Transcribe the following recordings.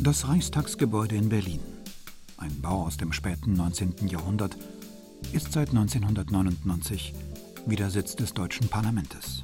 Das Reichstagsgebäude in Berlin, ein Bau aus dem späten 19. Jahrhundert, ist seit 1999 wieder Sitz des Deutschen Parlaments.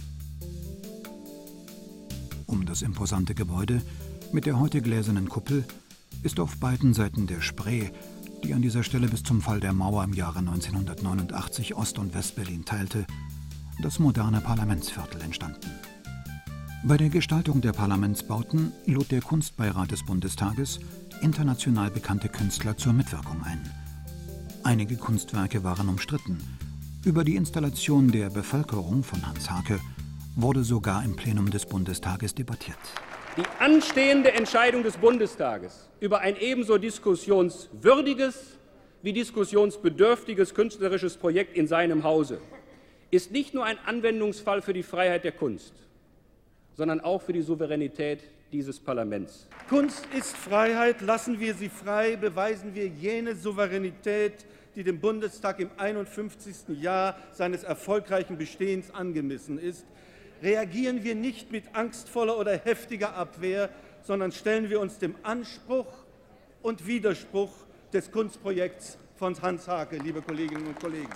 Um das imposante Gebäude mit der heute gläsernen Kuppel ist auf beiden Seiten der Spree, die an dieser Stelle bis zum Fall der Mauer im Jahre 1989 Ost- und Westberlin teilte, das moderne Parlamentsviertel entstanden. Bei der Gestaltung der Parlamentsbauten lud der Kunstbeirat des Bundestages international bekannte Künstler zur Mitwirkung ein. Einige Kunstwerke waren umstritten. Über die Installation der Bevölkerung von Hans Haacke wurde sogar im Plenum des Bundestages debattiert. Die anstehende Entscheidung des Bundestages über ein ebenso diskussionswürdiges wie diskussionsbedürftiges künstlerisches Projekt in seinem Hause ist nicht nur ein Anwendungsfall für die Freiheit der Kunst, sondern auch für die Souveränität dieses Parlaments. Kunst ist Freiheit, lassen wir sie frei, beweisen wir jene Souveränität, die dem Bundestag im 51. Jahr seines erfolgreichen Bestehens angemessen ist. Reagieren wir nicht mit angstvoller oder heftiger Abwehr, sondern stellen wir uns dem Anspruch und Widerspruch des Kunstprojekts von Hans Haacke, liebe Kolleginnen und Kollegen.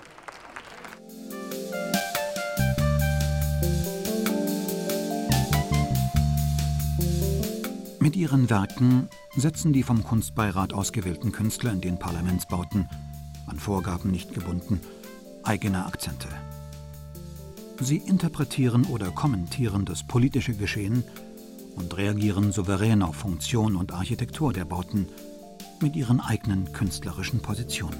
Mit ihren Werken setzen die vom Kunstbeirat ausgewählten Künstler in den Parlamentsbauten, an Vorgaben nicht gebunden, eigene Akzente. Sie interpretieren oder kommentieren das politische Geschehen und reagieren souverän auf Funktion und Architektur der Bauten mit ihren eigenen künstlerischen Positionen.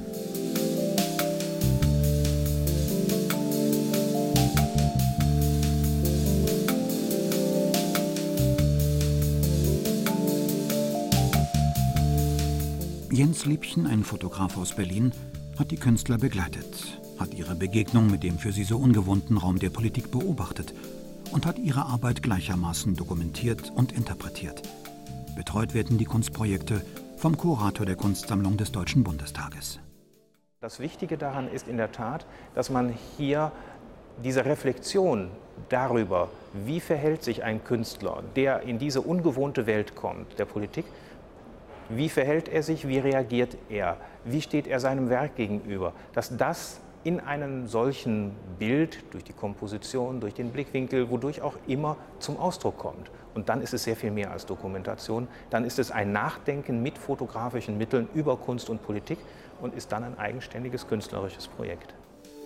Jens Liebchen, ein Fotograf aus Berlin, hat die Künstler begleitet, hat ihre Begegnung mit dem für sie so ungewohnten Raum der Politik beobachtet und hat ihre Arbeit gleichermaßen dokumentiert und interpretiert. Betreut werden die Kunstprojekte vom Kurator der Kunstsammlung des Deutschen Bundestages. Das Wichtige daran ist in der Tat, dass man hier diese Reflexion darüber, wie verhält sich ein Künstler, der in diese ungewohnte Welt kommt, der Politik, wie verhält er sich, wie reagiert er, wie steht er seinem Werk gegenüber, dass das in einem solchen Bild, durch die Komposition, durch den Blickwinkel, wodurch auch immer zum Ausdruck kommt. Und dann ist es sehr viel mehr als Dokumentation, dann ist es ein Nachdenken mit fotografischen Mitteln über Kunst und Politik und ist dann ein eigenständiges künstlerisches Projekt.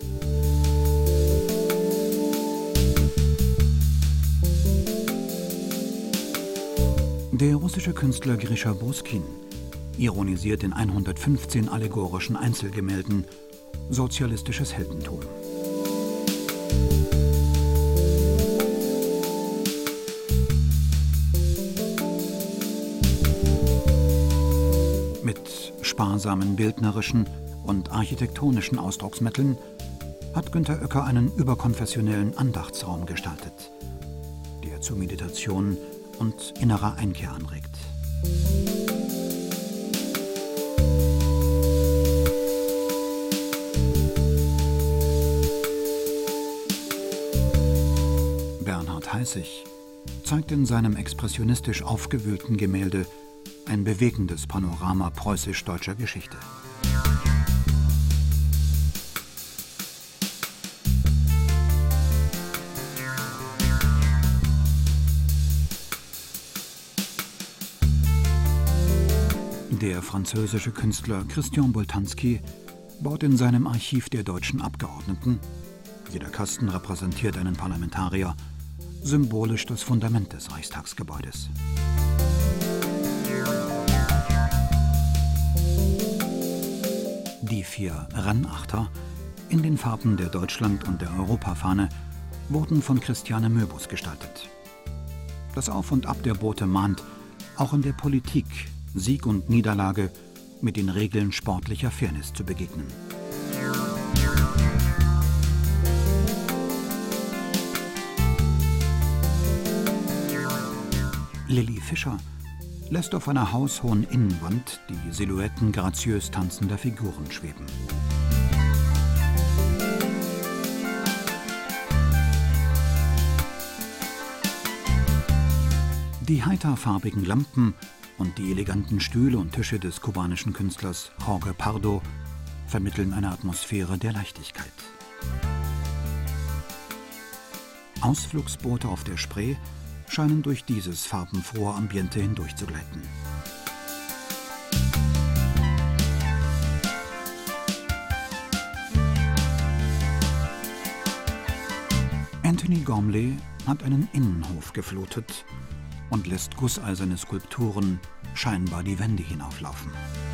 Der russische Künstler Grisha Buskin ironisiert in 115 allegorischen Einzelgemälden sozialistisches Heldentum. Mit sparsamen bildnerischen und architektonischen Ausdrucksmitteln hat Günter Oecker einen überkonfessionellen Andachtsraum gestaltet, der zu Meditation und innerer Einkehr anregt. Bernhard Heißig zeigt in seinem expressionistisch aufgewühlten Gemälde ein bewegendes Panorama preußisch-deutscher Geschichte. Der französische Künstler Christian Boltanski baut in seinem Archiv der deutschen Abgeordneten, jeder Kasten repräsentiert einen Parlamentarier, symbolisch das Fundament des Reichstagsgebäudes. Die 4 Rennachter in den Farben der Deutschland- und der Europafahne wurden von Christiane Möbus gestaltet. Das Auf und Ab der Boote mahnt, auch in der Politik Sieg und Niederlage mit den Regeln sportlicher Fairness zu begegnen. Lilly Fischer lässt auf einer haushohen Innenwand die Silhouetten graziös tanzender Figuren schweben. Die heiterfarbigen Lampen und die eleganten Stühle und Tische des kubanischen Künstlers Jorge Pardo vermitteln eine Atmosphäre der Leichtigkeit. Ausflugsboote auf der Spree scheinen durch dieses farbenfrohe Ambiente hindurchzugleiten. Antony Gormley hat einen Innenhof geflutet und lässt gusseiserne Skulpturen scheinbar die Wände hinauflaufen.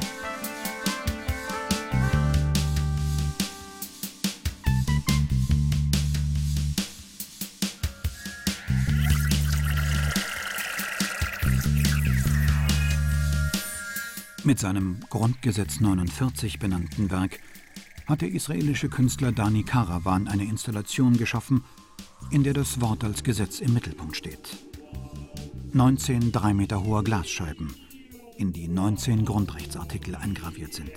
Mit seinem Grundgesetz 49 benannten Werk hat der israelische Künstler Dani Karawan eine Installation geschaffen, in der das Wort als Gesetz im Mittelpunkt steht. 19 3 Meter hohe Glasscheiben, in die 19 Grundrechtsartikel eingraviert sind.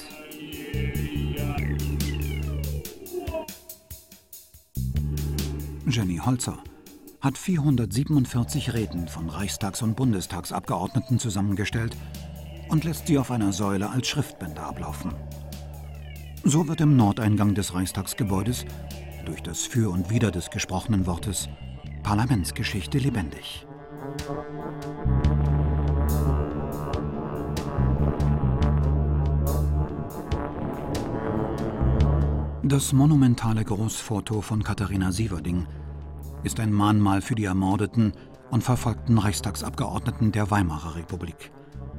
Jenny Holzer hat 447 Reden von Reichstags- und Bundestagsabgeordneten zusammengestellt und lässt sie auf einer Säule als Schriftbänder ablaufen. So wird im Nordeingang des Reichstagsgebäudes durch das Für und Wider des gesprochenen Wortes Parlamentsgeschichte lebendig. Das monumentale Großfoto von Katharina Sieverding ist ein Mahnmal für die ermordeten und verfolgten Reichstagsabgeordneten der Weimarer Republik.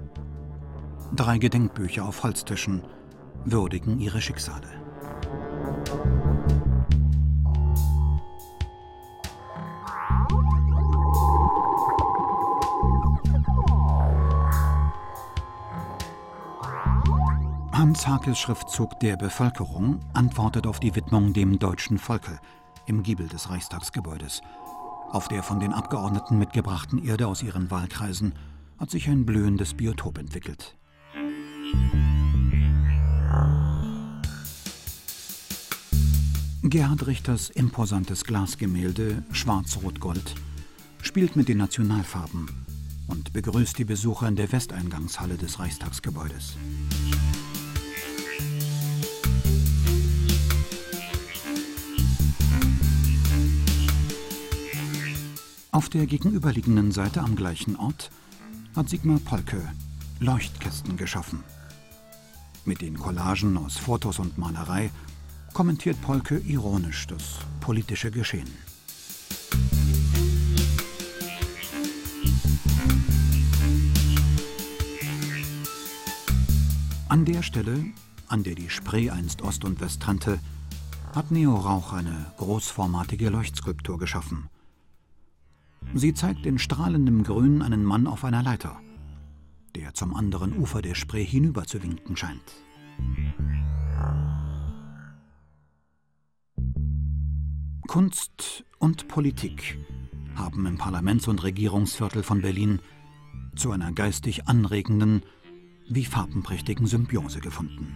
3 Gedenkbücher auf Holztischen würdigen ihre Schicksale. Hans Hakels Schriftzug Der Bevölkerung antwortet auf die Widmung dem deutschen Volke im Giebel des Reichstagsgebäudes. Auf der von den Abgeordneten mitgebrachten Erde aus ihren Wahlkreisen hat sich ein blühendes Biotop entwickelt. Gerhard Richters imposantes Glasgemälde Schwarz-Rot-Gold spielt mit den Nationalfarben und begrüßt die Besucher in der Westeingangshalle des Reichstagsgebäudes. Auf der gegenüberliegenden Seite am gleichen Ort hat Sigmar Polke Leuchtkästen geschaffen. Mit den Collagen aus Fotos und Malerei kommentiert Polke ironisch das politische Geschehen. An der Stelle, an der die Spree einst Ost und West trennte, hat Neo Rauch eine großformatige Leuchtskulptur geschaffen. Sie zeigt in strahlendem Grün einen Mann auf einer Leiter, der zum anderen Ufer der Spree hinüber zu winken scheint. Kunst und Politik haben im Parlaments- und Regierungsviertel von Berlin zu einer geistig anregenden wie farbenprächtigen Symbiose gefunden.